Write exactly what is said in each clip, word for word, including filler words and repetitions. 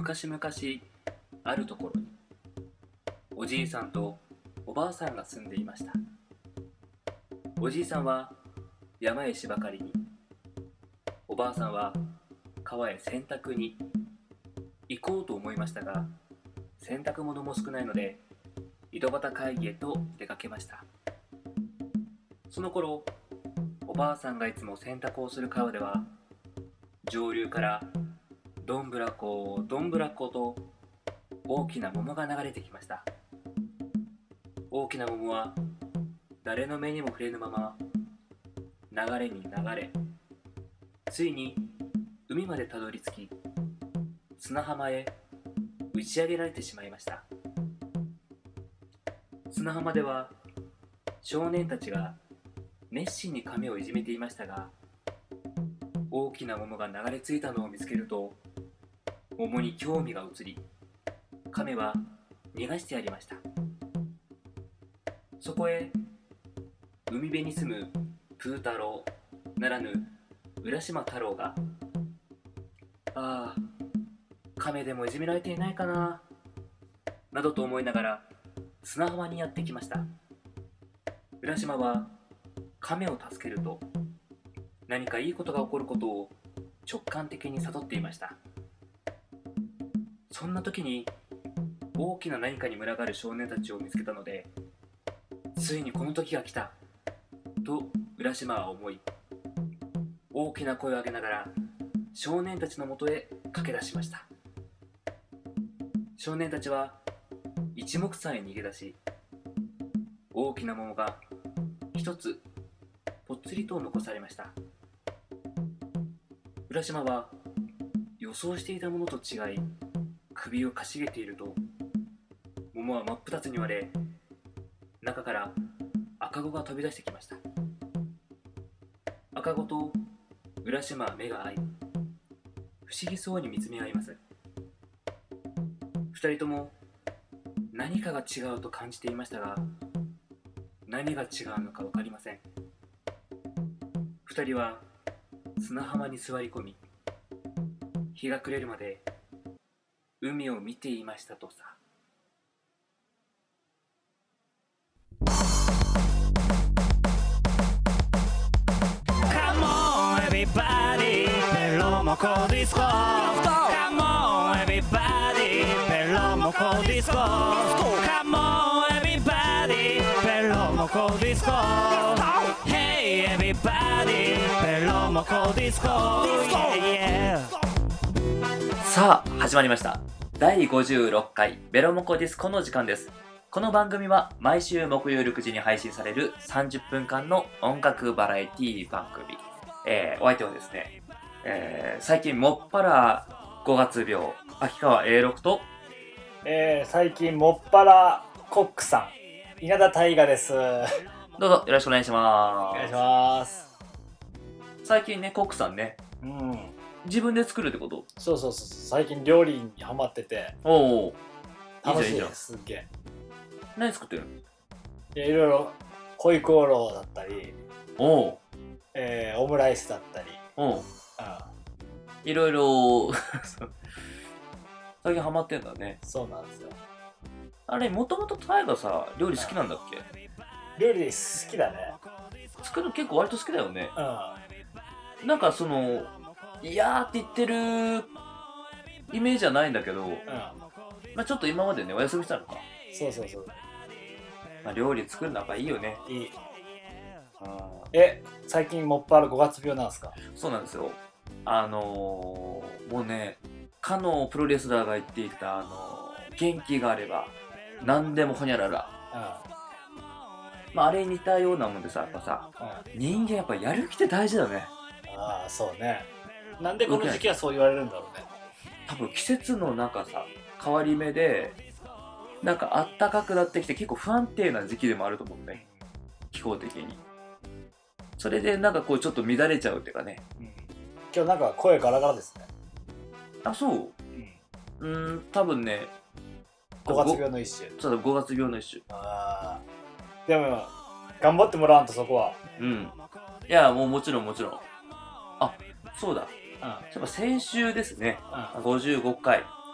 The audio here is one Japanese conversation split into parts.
昔々あるところにおじいさんとおばあさんが住んでいました。おじいさんは山へ芝刈りに、おばあさんは川へ洗濯に行こうと思いましたが、洗濯物も少ないので井戸端会議へと出かけました。その頃、おばあさんがいつも洗濯をする川では、上流からどんぶらこどんぶらこと大きな桃が流れてきました。大きな桃は誰の目にも触れぬまま流れに流れ、ついに海までたどり着き、砂浜へ打ち上げられてしまいました。砂浜では少年たちが熱心に亀をいじめていましたが、大きな桃が流れ着いたのを見つけると、桃に興味が移り、亀は逃がしてやりました。そこへ海辺に住むプー太郎ならぬ浦島太郎が、ああ、亀でもいじめられていないかな、などと思いながら砂浜にやってきました。浦島は亀を助けると何かいいことが起こることを直感的に悟っていました。そんな時に大きな何かに群がる少年たちを見つけたので、ついにこの時が来たと浦島は思い、大きな声を上げながら少年たちのもとへ駆け出しました。少年たちは一目散へ逃げ出し、大きな桃が一つぽっつりと残されました。浦島は予想していたものと違い、首をかしげていると、桃は真っ二つに割れ、中から赤子が飛び出してきました。赤子と浦島は目が合い、不思議そうに見つめ合います。二人とも何かが違うと感じていましたが、何が違うのか分かりません。二人は砂浜に座り込み、日が暮れるまで海を見ていましたとさ。 Come on everybody ペロモコディスコ Come on everybody ペロモコディスコ Come on everybody ペロモコディスコ Hey everybody ペロモコディスコ Yeah yeah さあ始まりました。だいごじゅうろっかいベロモコディスコの時間です。この番組は毎週木曜ろくじに配信されるさんじゅっぷんかんの音楽バラエティ番組、えー、お相手はですね、えー、最近もっぱらごがつ病秋川 エーろく と、 えー、最近もっぱらコックさん稲田大我です。 どうぞよろしくお願いします。 お願いします。 最近ねコックさんね、 うん、 自分で作るってこと？ そうそうそう、最近料理にハマってて、 おお、 楽しいいいじゃんいいじゃん。 です。すっげえ。 何作ってるの？ いや、いろいろホイコーローだったり、 おお、 えー、オムライスだったり、 おお、 うん、 いろいろ最近ハマってんだね。 そうなんですよ。 あれ、もともとタイがさ、料理好きなんだっけ？ 料理好きだね。 作るの結構割と好きだよね。 うなんかその、いやーって言ってるイメージはないんだけど、 ん、うん、 まあちょっと今までね、お休みしたのか。 そうそうそう。 まあ料理作るのはいいよね。 いい。 あえ、最近もっぱらごがつ病なんですか？ そうなんですよ。あのー、もうね、かのプロレスラーが言っていた、あのー、元気があれば何でもほにゃらら。 うん、 まああれに似たようなもんでさ、やっぱさ、 うん、 人間やっぱやる気って大事だよね。 ああ、そうね。なんでこの時期はそう言われるんだろうね。 多分季節のなんかさ、変わり目で、なんかあったかくなってきて結構不安定な時期でもあると思うね。気候的に。それでなんかこうちょっと乱れちゃうっていうかね。 うん、今日なんか声ガラガラですね。 あ、そう？うーん、多分ね、 ごがつ病の一種。 そうだ、ごがつ病の一種。 ああ。でも頑張ってもらわんとそこは。 うん。いや、もうもちろんもちろん。あ、そうだ。 うん。 そういえば先週ですね、 うん。 ごじゅうごかい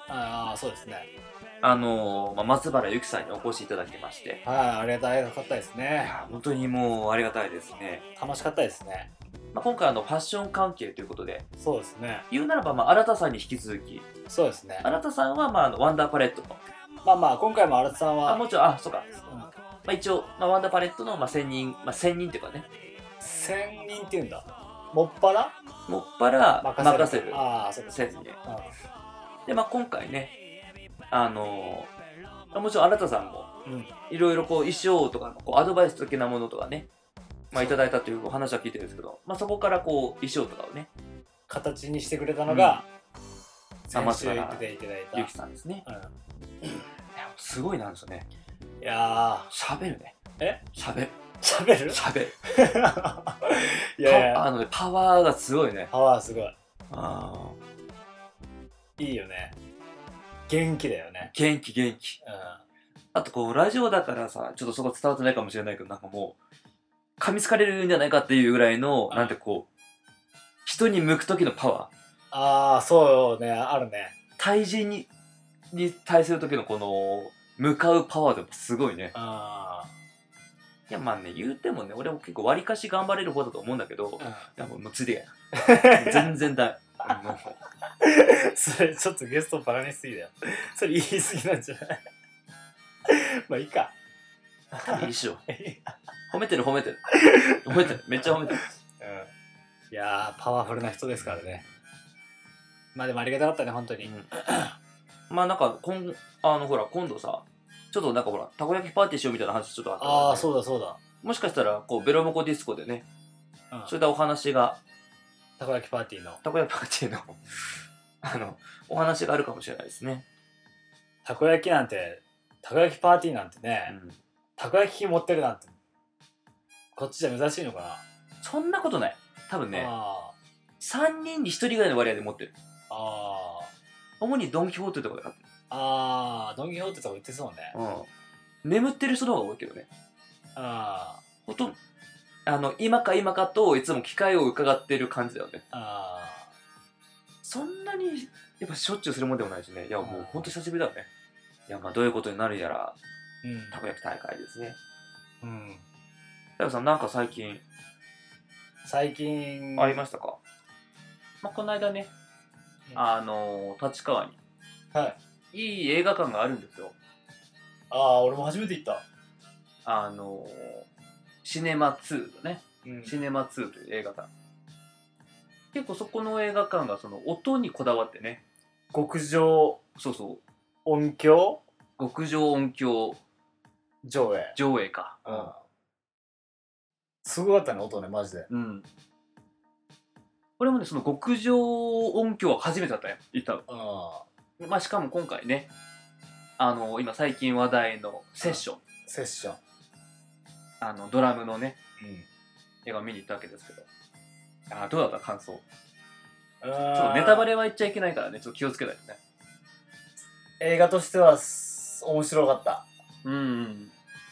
ああ、そうですね。 あのーまあ、松原由紀さんにお越しいただきまして、 はい、ありがたいかったですいね。 や本当にもうありがたいですね。 楽しかったですね。 まあ、今回あのファッション関係ということで、 そうですね。 言うならば、まあ、新田さんに引き続き、 そうですね。 新田さんはまああのワンダーパレットの、 まあまあ、今回も新田さんは、 あもちろん、あ、そうか、 うん、 まあ、一応、まあ、ワンダーパレットのまあ専任、まあ、専任っていうかね、 専任っていうんだ。もっぱらもっぱら任せる。 任せるああ、そうですね。 せずに。 うんで、まあ、今回ね、あのーもちろん新田さんも、 うん、 いろいろこう衣装とかのこうアドバイス的なものとかね、まあ、いただいたというお話は聞いてるんですけど、まあ、そこからこう衣装とかをね、 形にしてくれたのが、 うん先週言っていただいた。 ゆきさんですね。 うん、 いやすごいなんですよね。 いや喋るね。 え喋る。 ー、しゃべる喋る。 いやいや、 パあのね、パワーがすごいね。 パワーすごい。 あいいよね。元気だよね。 元気元気。 うあとこう、ラジオだからさ、ちょっとそこ伝わってないかもしれないけど、なんかもう、噛みつかれるんじゃないかっていうぐらいの、 うんなんてこう、人に向く時のパワー。 ん、ああ、そうね、あるね。 対人に、に対する時のこの、向かうパワーでもすごいね。 あいや、まあね、言うてもね、俺も結構割かし頑張れる方だと思うんだけど、 あ、 いやもうもうついてけや。全然だ。もううん、それちょっとゲストバカにしすぎだよ。それ言い過ぎなんじゃない？まあいいか。 いいっしょ。褒めてる褒めてる。褒めてる。めっちゃ褒めてる。 うん、いやー、パワフルな人ですからね。まあでもありがたかったね、本当に。 うんまあなんか今あのほら今度さちょっとなんかほらたこ焼きパーティーしようみたいな話ちょっとあったから、ね、 ああ、そうだそうだ。 もしかしたらこうベロモコディスコでね、 うん、 そういったお話がたこ焼きパーティーの。 たこ焼きパーティーのあのお話があるかもしれないですね。 たこ焼きなんて、たこ焼きパーティーなんてね、 うん、 たこ焼き器持ってるなんて、こっちじゃ珍しいのかな。 そんなことない。多分ねあさんにんにひとりぐらいの割合で持ってる。 あ、ああ、 主にドン・キホーテとかで買ってる。 ああ、ドン・キホーテとか売ってそうね。 うん、眠ってる人の方が多いけどね。 あほとんどあの今か今かといつも機会を伺ってる感じだよね。 あ、あそんなにやっぱしょっちゅうするもんでもないしね。いやもうほんと久しぶりだよね。いやまあどういうことになるやらあ、うん。 たこ焼き大会ですね。 うん、 大悟さんなんか最近最近、 ありましたか？まあ、この間ね、 うんあのー、立川にはい。 いい映画館があるんですよ。 ああ、俺も初めて行った。 あのー、シネマツーだね。 うん、 シネマツーという映画館。結構そこの映画館がその音にこだわってね。 極上そうそう。 音響極上音響上映。 上映か。 うん。すごかったね、音ね、マジで。 うん。これもね、その極上音響は初めてだったよ。行ったの。 うん。 まあしかも今回ね、あの今最近話題のセッション、 セッション。 あのドラムのね、 うん。 映画を見に行ったわけですけど、あどうだった感想？ちょちょっとネタバレは言っちゃいけないからね、ちょっと気をつけないとね。 映画としてはす面白かった。 うん。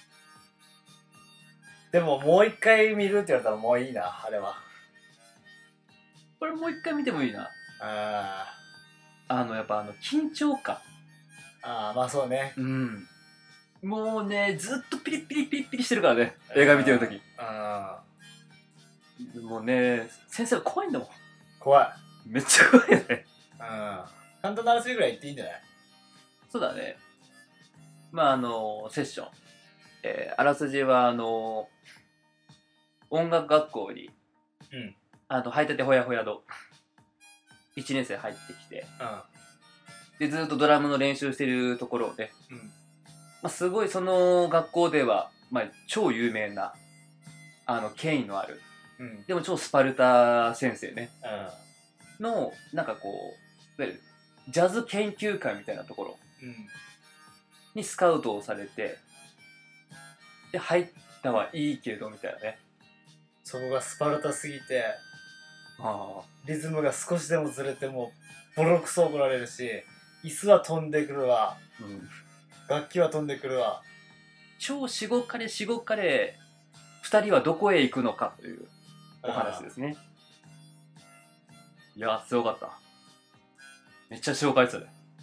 でももう一回見るって言われたらもういいな、あれは。 これもう一回見てもいいな。 ああのやっぱあの緊張感。 ああ、まあそうね。 うん。もうね、ずっとピリピリピリピリしてるからね、映画見てるとき。 ああ、 もうね、先生が怖いんだもん。 怖い。 めっちゃ怖いよね。 うん。簡単なあらすじぐらい言っていいんじゃない？ そうだね。まああのセッション、えーあらすじはあの音楽学校に、 うん。 あの入っててほやほやのいちねん生入ってきて、でずっとドラムの練習してるところをね、 うん。 まあ、すごいその学校では、まあ、超有名なあの権威のあるうん。うん。 でも超スパルタ先生ねうのなんかこういわゆるジャズ研究会みたいなところん。うん。 にスカウトをされて、で入ったはいいけどみたいなね。 そこがスパルタすぎて、 あリズムが少しでもずれてもボロクソ怒られるし、椅子は飛んでくるわ、 ー、うん、 楽器は飛んでくるわ。 超しごかれしごかれふたりはどこへ行くのかというお話ですね。いやすごかった。めっちゃ紹介する。だから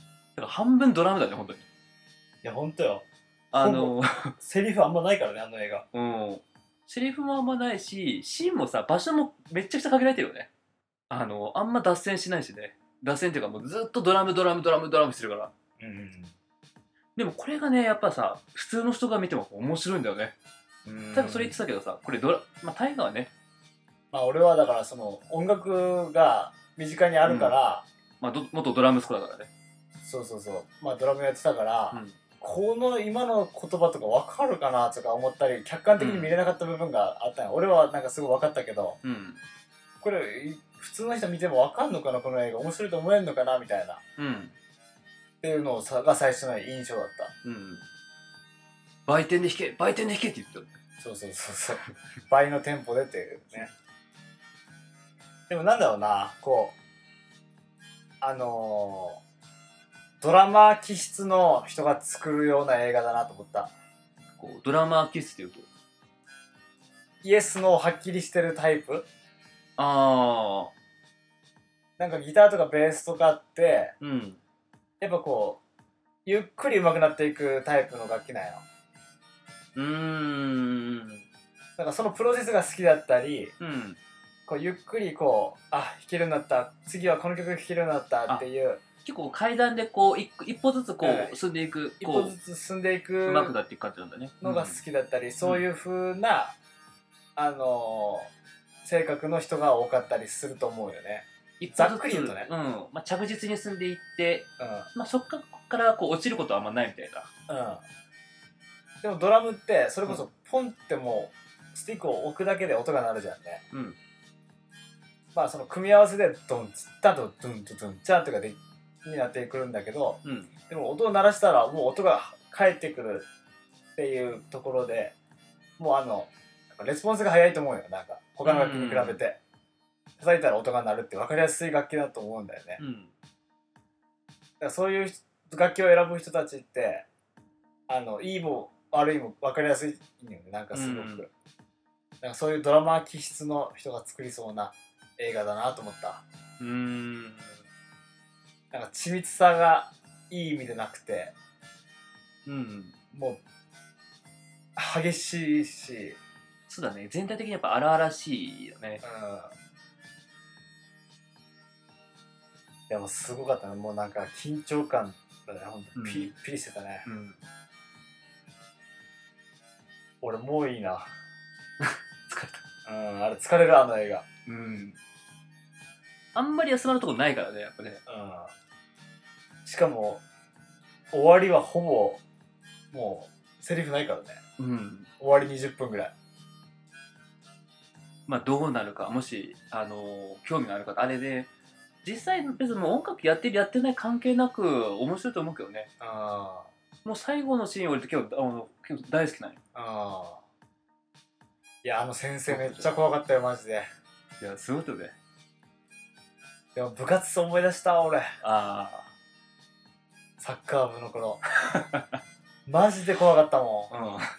半分ドラムだね本当に。 いやほんとよ。 あのセリフあんまないからね、あの映画。 うんセリフもあんまないし、シーンもさ場所もめっちゃくちゃ限られてるよね。あのあんま脱線しないしね。脱線っていうかもうずっとドラムドラムドラムドラムしてるから。 うんうんうん。 でもこれがねやっぱさ普通の人が見ても面白いんだよね。 うん多分それ言ってたけどさ、これドラまあ大河はね、 まあ俺はだからその音楽が身近にあるから、 まあど元ドラムスコだからね。 そうそうそう、まあドラムやってたから、 うんこの今の言葉とか分かるかなとか思ったり、客観的に見れなかった部分があったの、うん、俺はなんかすごい分かったけど、 うん、 これ普通の人見ても分かんのかな、この映画面白いと思えんのかなみたいな、 うん、 っていうのが最初の印象だった。 うん、売店で弾け売店で弾けって言ってた。 そうそうそうそう倍のテンポでっていうね。でもなんだろうな、こうあのードラマ気質の人が作るような映画だなと思った。 こうドラマ気質っていうとイエスのはっきりしてるタイプ。 ああなんかギターとかベースとかって、 うん、 やっぱこうゆっくり上手くなっていくタイプの楽器なんよ。 うーんなんかそのプロセスが好きだったり、 うん、 こうゆっくりこうあ弾けるようになった、次はこの曲弾けるようになったっていう、 結構階段でこう一一歩ずつこう進んでいく、 一歩ずつ進んでいくうまくなっていく感じなんだね。 のが好きだったり、うん、そういう風な、あのー、性格の人が多かったりすると思うよね。ざっくり言うとね、 うんまあ、着実に進んでいって、 うんまあ、そっからこう落ちることはあんまないみたいな。 うん、でもドラムってそれこそポンってもうスティックを置くだけで音が鳴るじゃんね。 うん、まあその組み合わせでドンツッタとドゥンとドゥンチャンとかでになってくるんだけど、 うん、 でも音を鳴らしたらもう音が返ってくるっていうところで、もうあのレスポンスが早いと思うよ。なんか他の楽器に比べて叩いたら音が鳴るって分かりやすい楽器だと思うんだよね。 うん、 だからそういう楽器を選ぶ人たちってあのいいも悪いも分かりやすいよね。なんかすごく、うん、なんかそういうドラマ気質の人が作りそうな映画だなと思った。 うーんなんか緻密さがいい意味でなくて、 うん、 もう激しいし、 そうだね、全体的にやっぱ荒々しいよね。 うん。でもすごかったね。もうなんか緊張感だね。ほんとピリッピリしてたね。うん、俺もういいな。 疲れた。うん、あれ疲れる、あの映画。 うん。あんまり休まるとこないからね、やっぱね。 うん。しかも終わりはほぼもうセリフないからね。 うん。 終わりにじゅっぷんぐらい。 まあどうなるか、もしあのー、興味のある方あれで。実際別にもう音楽やってるやってない関係なく面白いと思うけどね。 あもう最後のシーン俺って結構あの結構大好きなんよ。 あいやあの先生めっちゃ怖かったよマジで。 いやすごいよね。 でも部活思い出した俺。ああサッカー部の頃マジで怖かったも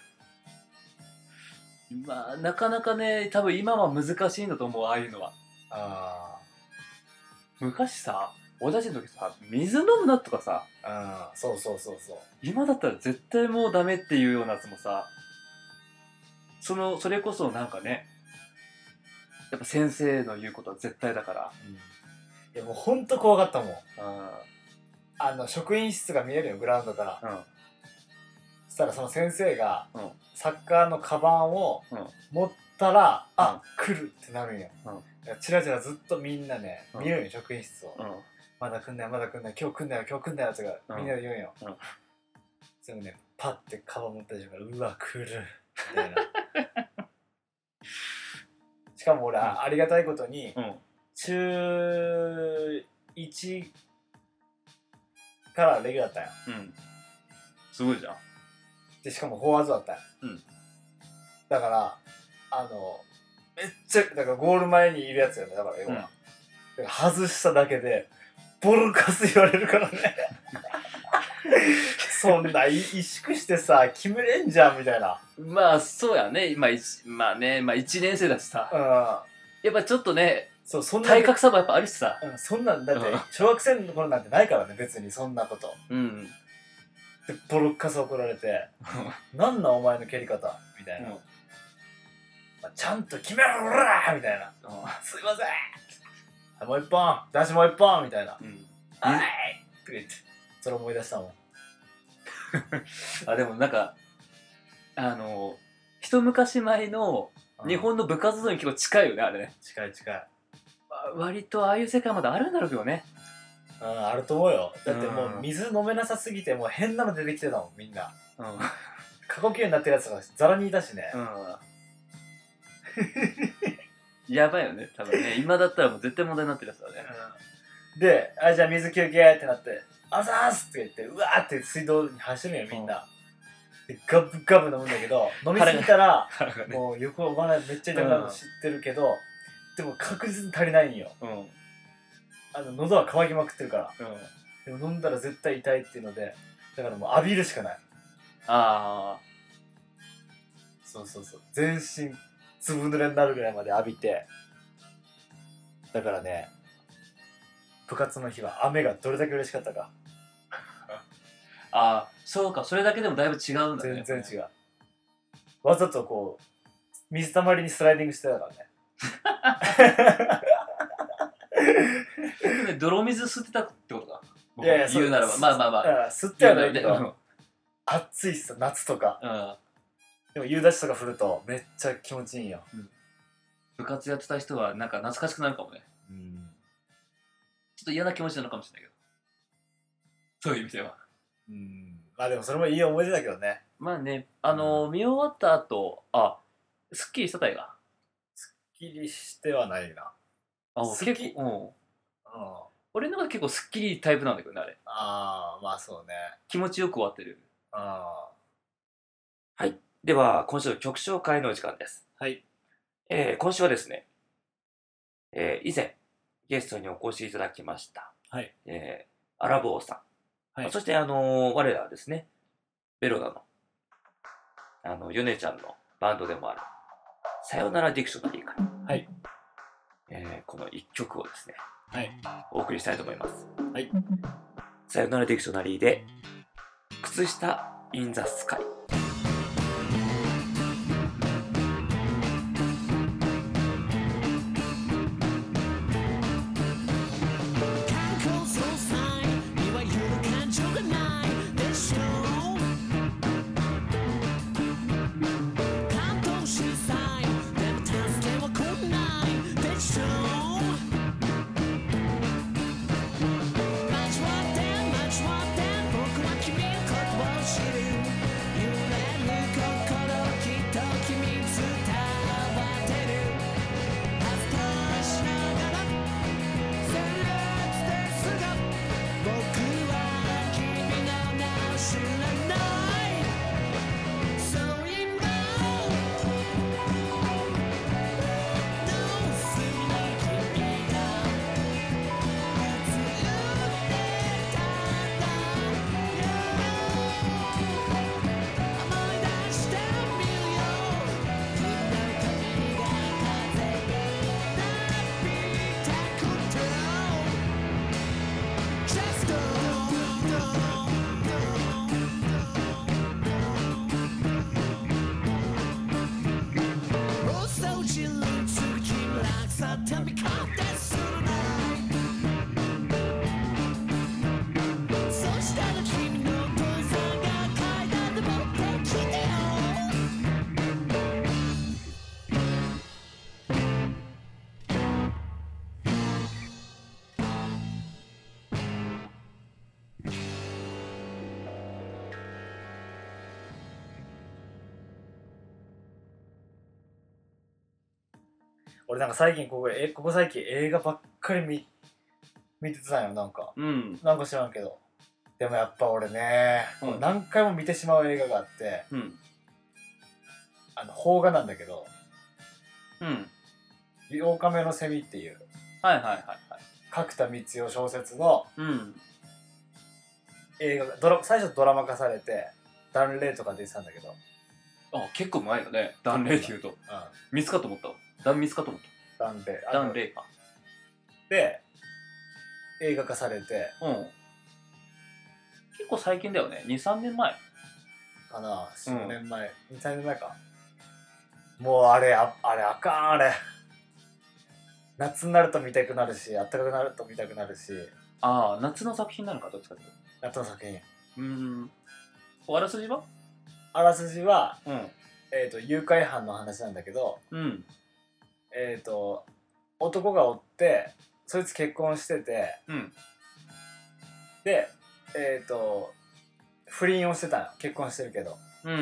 ん。うん、まあなかなかね多分今は難しいんだと思う、ああいうのは。 あ昔さ俺たちの時さ水飲むなとかさ、 あそうそうそうそう、 今だったら絶対もうダメっていうようなやつもさ、そのそれこそなんかねやっぱ先生の言うことは絶対だから、 うん、いやもうほんと怖かったもん。 ああの職員室が見えるよグラウンドから、 うん、 そしたらその先生が、うん、サッカーのカバンを持ったら、うん、あ、うん、来るってなるんよ、うん、チラチラずっとみんなね、うん、見るよ職員室を、うん、まだ来んなよまだ来んなよ今日来んなよ今日来んなよってみんなで言うんよ、うん、それもねパッてカバン持った瞬間うわ来るみたいなしかも俺、うん、ありがたいことに、うん、中いちからレギュラーだったんよ、うん、 すごいじゃん。 でしかもフォワードだったんよ、うん、だからあのめっちゃだからゴール前にいるやつよね。だから要は、うん、外しただけでボルカス言われるからねそんな萎縮してさ決めれんじゃんみたいな。 まあそうやね、まあ、まあね、まあいちねん生だしさ、うん、やっぱちょっとねそうそんな体格差もやっぱあるしさ。 うん、そんなんだってうん小学生の頃なんてないからね別にそんなことうんでボロッカス怒られて「なんなんお前の蹴り方」みたいな、 うんまあ、ちゃんと決めろおらみたいな「すいません」もう一本出しもう一本みたいなうん 「はい!」とか言ってそれ思い出したもん。 あでもなんかあの一昔前の日本の部活動に結構近いよねあれね。 近い近い、 割とああいう世界まだあるんだろうけどね。 うん、あると思うよ。だってもううん水飲めなさすぎてもう変なの出てきてたもんみんな。 うん過呼吸になってるやつがザラにいたしね、 うんやばいよね多分ね。今だったらもう絶対問題になってるやつだね。 うんで、あ、じゃあ水休憩ってなって「あざーす!」って言ってうわーって水道に走るよみんな、でガブガブ飲むんだけど飲みすぎたら腹がねもう横お前めっちゃ痛くなるの知ってるけど、でも確実に足りないんよ。 うんうんあの喉は渇きまくってるからでも飲んだら絶対痛いっていうのでだからもう浴びるしかない。 あそうそうそう全身ずぶ濡れになるぐらいまで浴びて、だからね部活の日は雨がどれだけ嬉しかったか。 あああそうかそれだけでもだいぶ違うんだね。 全然違う。わざとこう水たまりにスライディングしてたからね泥水吸ってたってことか。 いやいや言うならばまあまあまああ吸ってはないけうんど暑いっす夏とかうんでも夕立とか降るとめっちゃ気持ちいいんよ。 部活やってた人はなんか懐かしくなるかもね。 うんちょっと嫌な気持ちなのかもしれないけどそういう意味では。 うんまあでもそれもいい思い出だけどね。 まあねあのー見終わった後あすっきりしたたいがすっきりしてはないな。 あすっき結構うんうん俺の中で結構すっきりタイプなんだけどねあれ。 ああまあそうね。 気持ちよく終わってる。 あはいでは今週の曲紹介のお時間です。 あはいえー、今週はですね、えー、以前ゲストにお越しいただきましたはいえー、アラボーさん、 はいそしてあのー、我らはですねベロナのあのヨネちゃんのバンドでもあるさよならディクショナリーから、 はいえー、このいっきょくをですねはいお送りしたいと思います。 はいさよならディクショナリーで靴下インザスカイ。 俺なんか最近ここえここ最近映画ばっかり見見てたんよなんかうんなんか知らんけどでもやっぱ俺ね、 うん何回も見てしまう映画があってうんあの邦画なんだけどうん 「ようかめのセミ」っていうはいはいはいはい角田光代小説のうん映画がドラ最初ドラマ化されて断霊とか出てたんだけど、 あ結構前だね断霊って言うとうん、 ミスかと思ったわ断ミスかと思っ断霊たあの断霊かで映画化されて、 うん、結構最近だよね。にさんねんまえかな、よん、ごねんまえ、に、さんねんまえか。もうあれああれあかん、あれ夏になると見たくなるし、暖かくなると見たくなるし。 ああ、夏の作品なのか、どっちかというと。 夏の作品。 うーん。あらすじは？ あらすじは、 うん。 えーと、誘拐犯の話なんだけど、 うん。 えーと、男がおって、そいつ結婚してて、 うん。 で、えーと、不倫をしてたの。結婚してるけど。 うん。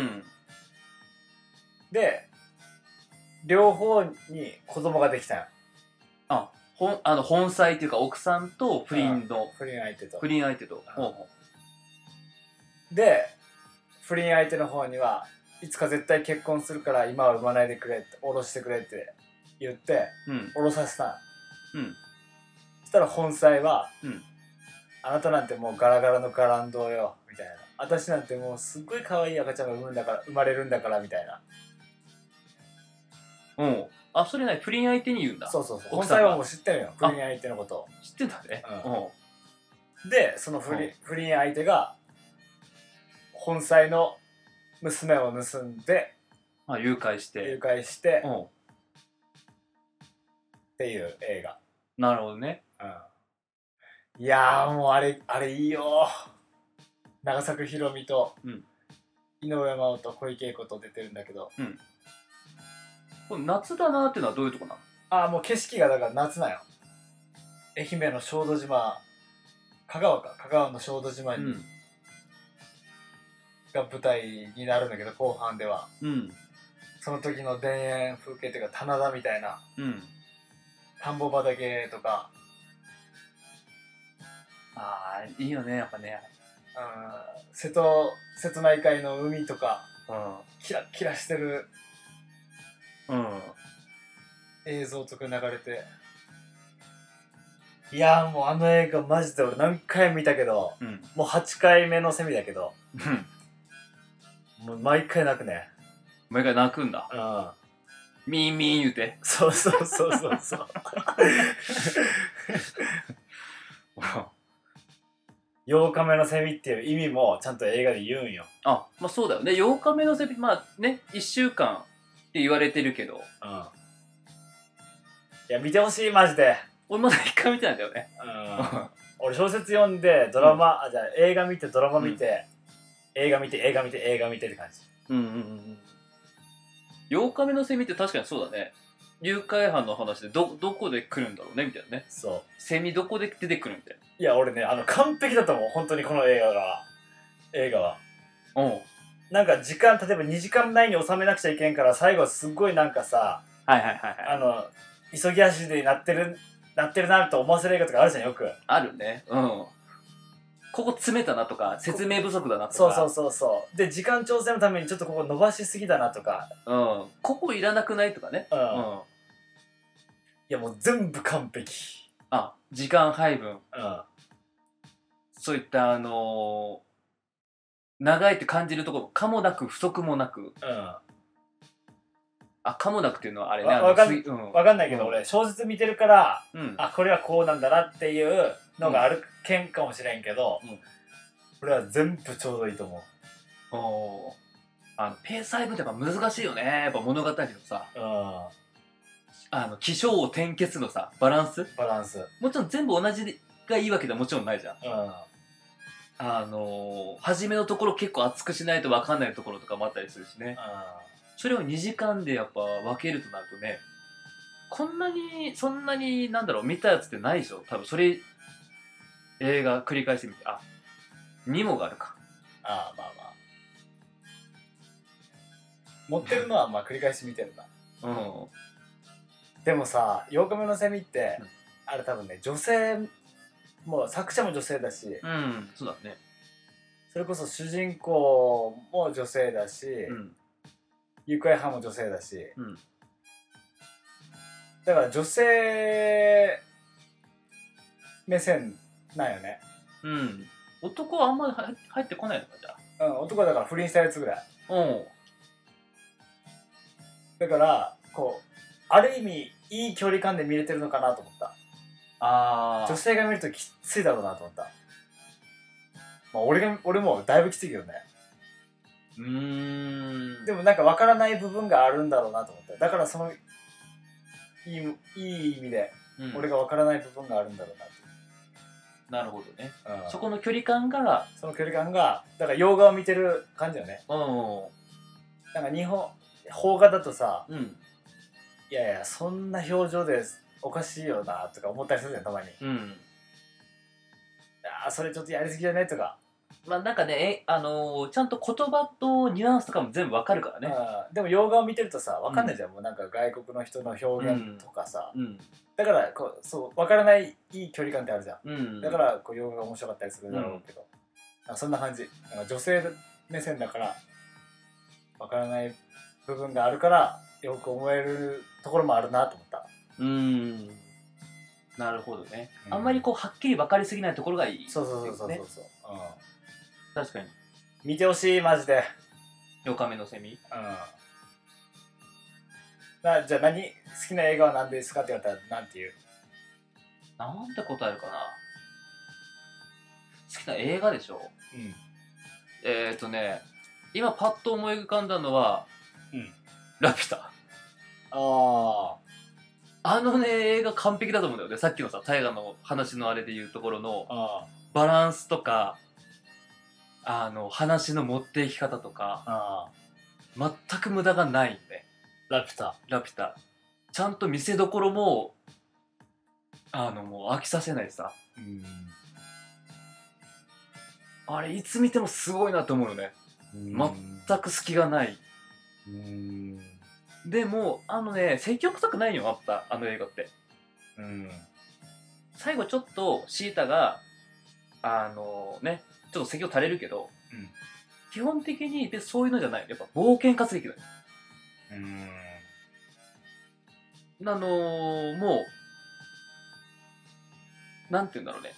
で、両方に子供ができたの。 あ、ほん、あの、本妻っていうか、奥さんと不倫の、 不倫相手と。 不倫相手と。ほうほで、不倫相手の方には、いつか絶対結婚するから今は産まないでくれって、下ろしてくれって言って、 う。うん。 下ろさせたの。 うん。 そしたら本妻は、 うん。 あなたなんてもうガラガラのガランドよみたいな、私なんてもうすっごい可愛い赤ちゃんが産むんだから生まれるんだからみたいな。 うん。あ、それない、不倫相手に言うんだ。 そうそうそう、本奥さんが妻はもう知ってるよ、不倫相手のことを。 知ってんだね。 ううん。 でその不倫、 うん不倫相手が本妻の娘を盗んであ、誘拐し誘て。 拐してうん。 っていう映画。 なるほどね。 うん、いやーもうあれあれいいよ。長作ひろみと、 うん、 井上真央と小池栄子と出てるんだけど、 うん、これ夏だなーっていうのはどういうとこなの？ ああもう景色がだから夏なんよ。愛媛の小豆島、香川か香川の小豆島に、 うん、 が舞台になるんだけど、後半ではうん、 その時の田園風景っていうか棚田みたいなうん。 田んぼ畑とか、 ああ、いいよね、やっぱね。 うん、瀬戸瀬戸内海の海とか、 うキラッキラしてるん。うん。 映像とか流れて、いやーもうあの映画マジで俺何回も見たけど、 うん。 もうはちかいめのセミだけど、 うん。 もう毎回泣くね。 毎回泣くんだ。 うん。 ミーンミーン言うて。 そうそうそうそうそう。ようかめのセミっていう意味もちゃんと映画で言うんよ。 あ、まあそうだよね。ようかめのセミ、まあね、いっしゅうかんって言われてるけど。 うん。いや見てほしいマジで。 俺まだ一回見てないんだよね。 うん。俺小説読んでドラマ、うん、あじゃあ映画見てドラマ見て、うん、映画見て映画見て映画見てって感じ。 うんうんうんうん。ようかめのセミって確かにそうだね。誘拐犯の話でどどこで来るんだろうねみたいなね。 そう。 セミどこで出てくるみたいな。 いや俺ねあの完璧だと思う本当にこの映画が映画は。 うん。 なんか時間例えばにじかん内に収めなくちゃいけんから最後すっごいなんかさ、 はいはいはいはい。 あの急ぎ足でなってるなってるなと思わせる映画とかあるじゃんよく。 あるね。うん。ここ詰めたなとか説明不足だなとか。 そうそうそうそう。で時間調整のためにちょっとここ伸ばしすぎだなとか。 うん。ここいらなくないとかね。 うん。 うん。 いやもう全部完璧。 あ、時間配分。 うん。 そういったあのー、長いって感じるところかもなく不足もなく。 うん。 あ、かもなくっていうのはあれね。 わかん、 うん、 わかんないけど、うん、俺小説見てるから、 うん、 あこれはこうなんだなっていうのがあるけんかもしれんけど、うん、俺は全部ちょうどいいと思う。 おあのペース配分ってやっぱ難しいよね。やっぱ物語のさ、 うん、 あの起承転結のさバランスバランスもちろん全部同じがいいわけではもちろんないじゃん。 うん、 あのー、初めのところ結構熱くしないと分かんないところとかもあったりするしね。うんそれをにじかんでやっぱ分けるとなるとね、こんなにそんなになんだろう見たやつってないでしょ多分。それ映画繰り返してみて、あにもがあるか。 ああまあまあ持ってるのはまあ繰り返し見てるな。うん。でもさようかめのセミって、うん、あれ多分ね女性もう作者も女性だし、 うんそうだね。 それこそ主人公も女性だし、うん誘拐犯も女性だし、うん、だから女性目線なんよね。 うん。男はあんまり入ってこないのかじゃあ。うん、男はだから不倫したやつぐらい。 うん。 だからこうある意味いい距離感で見れてるのかなと思った。 あ女性が見るときついだろうなと思った。まあ俺が俺もだいぶきついけどね。 うーんでもなんか分からない部分があるんだろうなと思った。だからそのいいいい意味で、うん、俺が分からない部分があるんだろうなと。 なるほどね、 うん、 そこの距離感がその距離感がだから洋画を見てる感じよね。 うん、 なんか日本邦画だとさ、 うん、 いやいやそんな表情でおかしいよなとか思ったりするじゃんたまに、 うん、 あそれちょっとやりすぎじゃねとか。 まあなんかねえ、あのー、ちゃんと言葉とニュアンスとかも全部わかるからね。 でも洋画を見てるとさわかんないじゃん、うん、もうなんか外国の人の表現とかさ、うんうん、だからこうそうわからないいい距離感ってあるじゃん、うん、だからこう洋画が面白かったりするだろうけど、うん、そんな感じ。なんか女性目線だからわからない部分があるからよく思えるところもあるなと思った。 うーんなるほどね、うん、あんまりこうはっきり分かりすぎないところがいい、ね、 そうそうそうそうそうそう、うん、 確かに見てほしいマジで。 よかめのセミ、うん、 なじゃあ何好きな映画は何ですかって言われたらなんて言う？ なんて答えるかな。好きな映画でしょ、うん、えーっとね今パッと思い浮かんだのは、うん、ラピュタ。あああのね映画完璧だと思うんだよね。さっきのさ大河の話のあれでいうところのバランスとかあの話の持っていき方とかあ全く無駄がないね。 ラピュタラピュタちゃんと見せどころもあのもう飽きさせないさ、うん、あれいつ見てもすごいなと思うよね。全く隙がない。うーんでもあのね積極臭くないよあったあの映画って、うん、最後ちょっとシータがあのねちょっと積極垂れるけど、うん、基本的にでそういうのじゃないやっぱ冒険活劇だよ。うんあのー、もうなんて言うんだろうね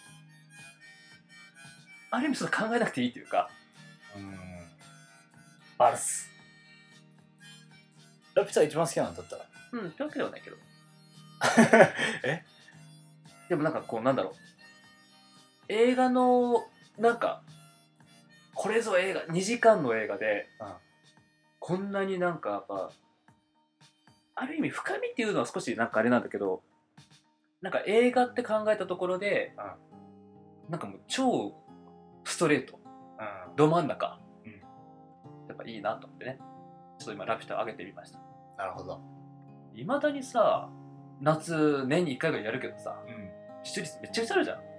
ある意味それ考えなくていいというか、うんバルスラピュタ一番好きなんだったらうんってわけではないけどえでもなんかこうなんだろう映画のなんかこれぞ映画にじかんの映画で、うん、こんなになんかやっぱある意味深みっていうのは少しなんかあれなんだけどなんか映画って考えたところで、うん、なんかもう超ストレート、うん、ど真ん中、うん、やっぱいいなと思ってねちょっと今ラピュタを上げてみました。 なるほど。 いまだにさ夏年にいっかいぐらいやるけどさ、うん、視聴率めっちゃくちゃあるじゃん、うん、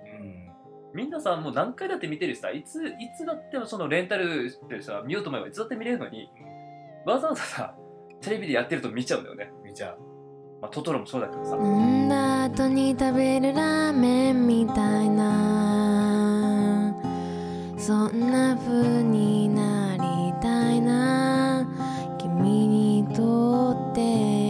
みんなさもう何回だって見てるしさいついつだってもそのレンタルでさ見ようと思えばいつだって見れるのに、うん、わざわざさテレビでやってると見ちゃうんだよね。 見ちゃう。 まあトトロもそうだけどさ飲んだ後に食べるラーメンみたいなそんな風になりたいな君にとって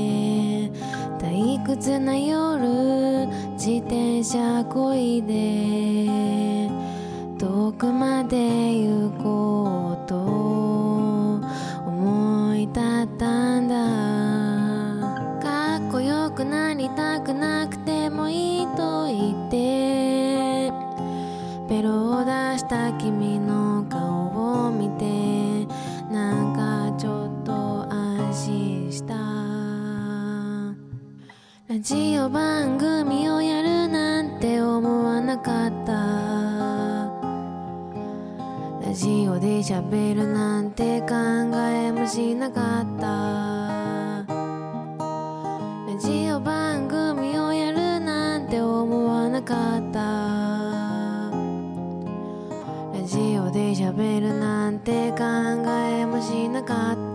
退屈な夜自転車こいで遠くまで行こうと思い立ったんだ。かっこよくなりたくなくてもいいと言ってベロを出した君の顔を見てなんかちょっと安心した。ラジオ番組をやるなんて思わなかった。ラジオで喋るなんて考えもしなかった。ラジオ番組をやるなんて思わなかった。ラジオで喋るなんて考えもしなかった。